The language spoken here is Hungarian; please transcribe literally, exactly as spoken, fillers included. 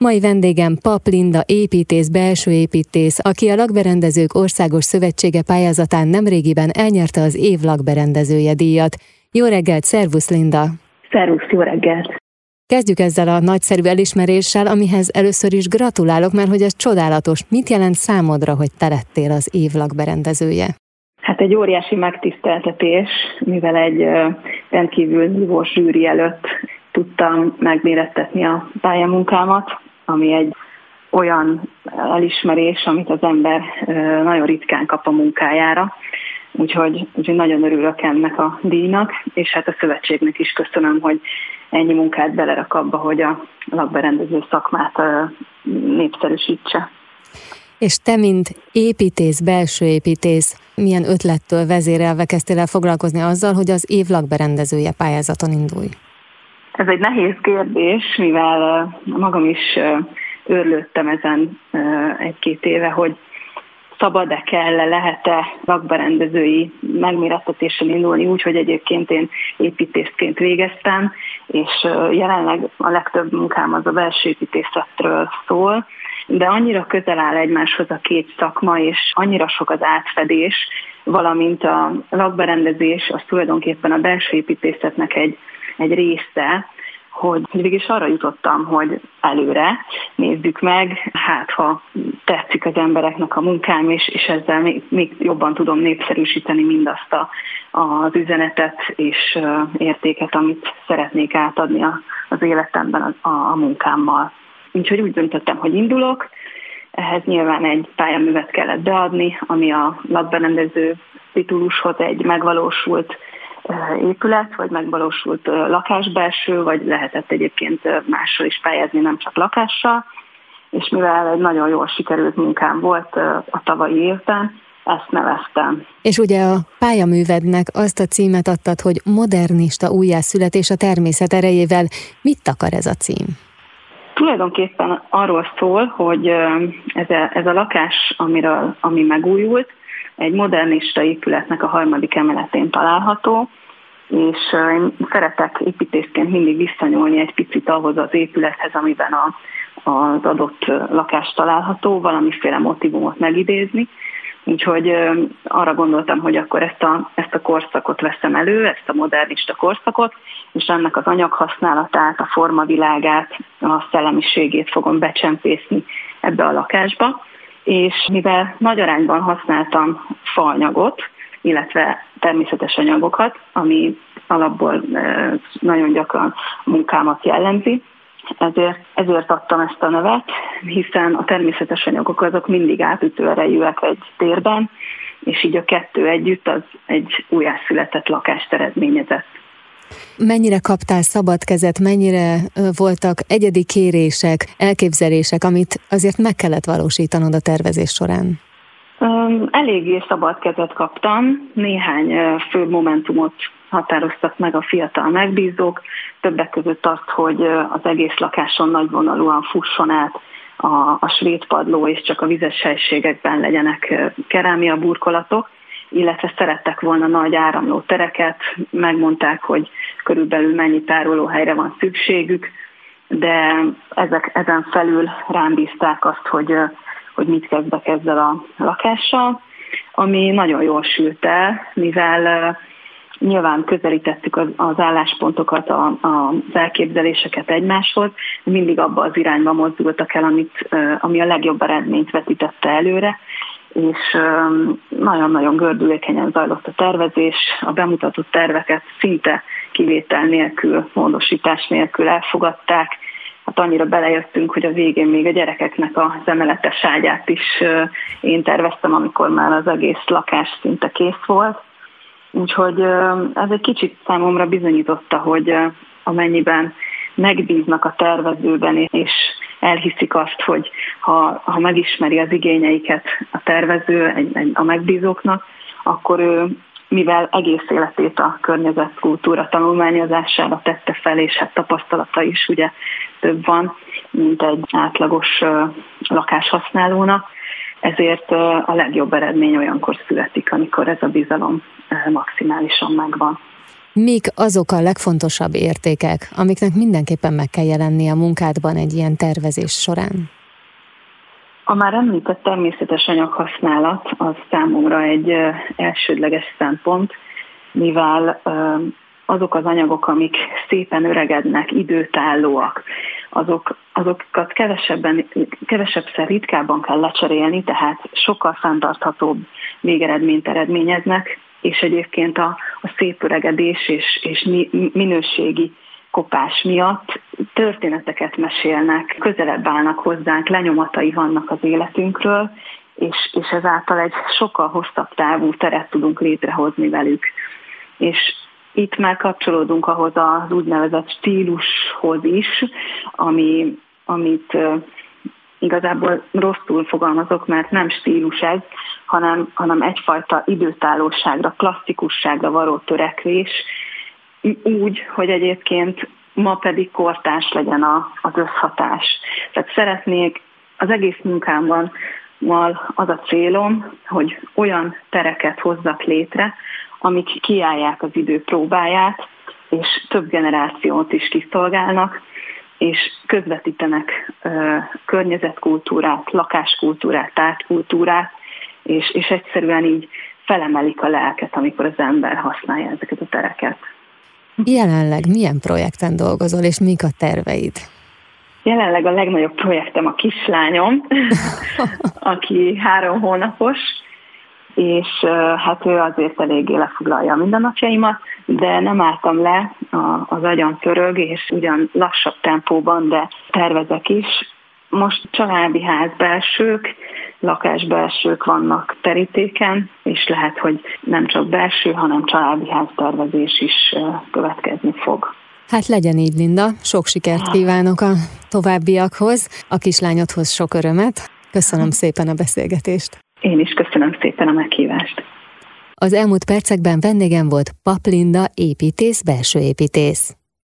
Mai vendégem Papp Linda építész, belső építész, aki a Lakberendezők Országos Szövetsége pályázatán nemrégiben elnyerte az év lakberendezője díjat. Jó reggelt, szervusz Linda! Szervusz, jó reggelt! Kezdjük ezzel a nagyszerű elismeréssel, amihez először is gratulálok, mert hogy ez csodálatos. Mit jelent számodra, hogy te lettél az év lakberendezője? Hát egy óriási megtiszteltetés, mivel egy rendkívül nívós zsűri előtt tudtam megmérettetni a pályamunkámat, ami egy olyan elismerés, amit az ember nagyon ritkán kap a munkájára. Úgyhogy, úgyhogy nagyon örülök ennek a díjnak, és hát a szövetségnek is köszönöm, hogy ennyi munkát belerak abba, hogy a lakberendező szakmát népszerűsítse. És te, mint építész, belső építész, milyen ötlettől vezérelve kezdtél el foglalkozni azzal, hogy az év lakberendezője pályázaton indulj? Ez egy nehéz kérdés, mivel magam is őrlődtem ezen egy-két éve, hogy szabad-e, kell-e, lehet-e lakberendezői megmérettetésen indulni, úgyhogy egyébként én építészként végeztem, és jelenleg a legtöbb munkám az a belső építészetről szól, de annyira közel áll egymáshoz a két szakma, és annyira sok az átfedés, valamint a lakberendezés az tulajdonképpen a belső építészetnek egy, egy része, hogy végül is arra jutottam, hogy előre nézzük meg, hát ha tetszik az embereknek a munkám, és, és ezzel még, még jobban tudom népszerűsíteni mindazt a, az üzenetet és értéket, amit szeretnék átadni a, az életemben a, a, a munkámmal. Úgyhogy úgy döntöttem, hogy indulok, ehhez nyilván egy pályaművet kellett beadni, ami a lakberendező titulushoz egy megvalósult épület, vagy megvalósult lakásbelső, vagy lehetett egyébként mással is pályázni, nem csak lakással, és mivel egy nagyon jól sikerült munkám volt a tavalyi évben, ezt neveztem. És ugye a pályaművednek azt a címet adtad, hogy modernista újjászületés a természet erejével. Mit akar ez a cím? Tulajdonképpen arról szól, hogy ez a, ez a lakás, amiről, ami megújult, egy modernista épületnek a harmadik emeletén található, és én szeretek építészként mindig visszanyúlni egy picit ahhoz az épülethez, amiben a, az adott lakás található, valamiféle motivumot megidézni. Úgyhogy arra gondoltam, hogy akkor ezt a, ezt a korszakot veszem elő, ezt a modernista korszakot, és ennek az anyaghasználatát, a formavilágát, a szellemiségét fogom becsempészni ebbe a lakásba. És mivel nagy arányban használtam faanyagot, illetve természetes anyagokat, ami alapból nagyon gyakran a munkámat jellemzi, ezért, ezért adtam ezt a nevet, hiszen a természetes anyagok azok mindig átütő erejűek egy térben, és így a kettő együtt az egy újjászületett lakást eredményezett. Mennyire kaptál szabad kezet, mennyire voltak egyedi kérések, elképzelések, amit azért meg kellett valósítanod a tervezés során? Eléggé szabad kezet kaptam, néhány fő momentumot határoztak meg a fiatal megbízók, többek között azt, hogy az egész lakáson nagyvonalúan fusson át a, a svéd padló, és csak a vizes helységekben legyenek kerámia burkolatok, illetve szerettek volna nagy áramló tereket, megmondták, hogy körülbelül mennyi tárolóhelyre van szükségük, de ezek, ezen felül rám bízták azt, hogy, hogy mit kezdek ezzel a lakással, ami nagyon jól sült el, mivel nyilván közelítettük az, az álláspontokat, a, a, az elképzeléseket egymáshoz, mindig abba az irányba mozdultak el, amit, ami a legjobb eredményt vetítette előre, és nagyon-nagyon gördülékenyen zajlott a tervezés, a bemutatott terveket szinte kivétel nélkül, módosítás nélkül elfogadták. Hát annyira belejöttünk, hogy a végén még a gyerekeknek az emeletes ágyát is én terveztem, amikor már az egész lakás szinte kész volt. Úgyhogy ez egy kicsit számomra bizonyította, hogy amennyiben megbíznak a tervezőben, és elhiszik azt, hogy ha, ha megismeri az igényeiket a tervező egy, egy, a megbízóknak, akkor ő, mivel egész életét a környezetkultúra tanulmányozására tette fel, és hát tapasztalata is ugye több van, mint egy átlagos lakáshasználónak, ezért a legjobb eredmény olyankor születik, amikor ez a bizalom maximálisan megvan. Mik azok a legfontosabb értékek, amiknek mindenképpen meg kell jelenni a munkádban egy ilyen tervezés során? A már említett természetes anyaghasználat az számomra egy elsődleges szempont, mivel azok az anyagok, amik szépen öregednek, időtállóak, azok, azokat kevesebben, kevesebbszer ritkábban kell lecserélni, tehát sokkal fenntarthatóbb végeredményt eredményeznek, és egyébként a, a szép öregedés és, és minőségi kopás miatt történeteket mesélnek, közelebb állnak hozzánk, lenyomatai vannak az életünkről, és, és ezáltal egy sokkal hosszabb távú teret tudunk létrehozni velük. És itt már kapcsolódunk ahhoz az úgynevezett stílushoz is, ami, amit uh, igazából rosszul fogalmazok, mert nem stílus ez, hanem, hanem egyfajta időtállóságra, klasszikusságra való törekvés, úgy, hogy egyébként ma pedig kortárs legyen a, az összhatás. Tehát szeretnék az egész munkámban az a célom, hogy olyan tereket hozzak létre, amik kiállják az idő próbáját, és több generációt is kiszolgálnak, és közvetítenek ö, környezetkultúrát, lakáskultúrát, tárgykultúrát, és, és egyszerűen így felemelik a lelket, amikor az ember használja ezeket a tereket. Jelenleg milyen projekten dolgozol, és mik a terveid? Jelenleg a legnagyobb projektem a kislányom, aki három hónapos, és hát ő azért eléggé lefoglalja a mindennapjaimat, de nem álltam le, az agyam pörög, és ugyan lassabb tempóban, de tervezek is. Most családi házbelsők, lakásbelsők vannak terítéken, és lehet, hogy nem csak belső, hanem családi háztervezés is következni fog. Hát legyen így, Linda, sok sikert kívánok a továbbiakhoz, a kislányodhoz sok örömet. Köszönöm szépen a beszélgetést. Én is köszönöm szépen a meghívást. Az elmúlt percekben vendégem volt Papp Linda, építész, belsőépítész.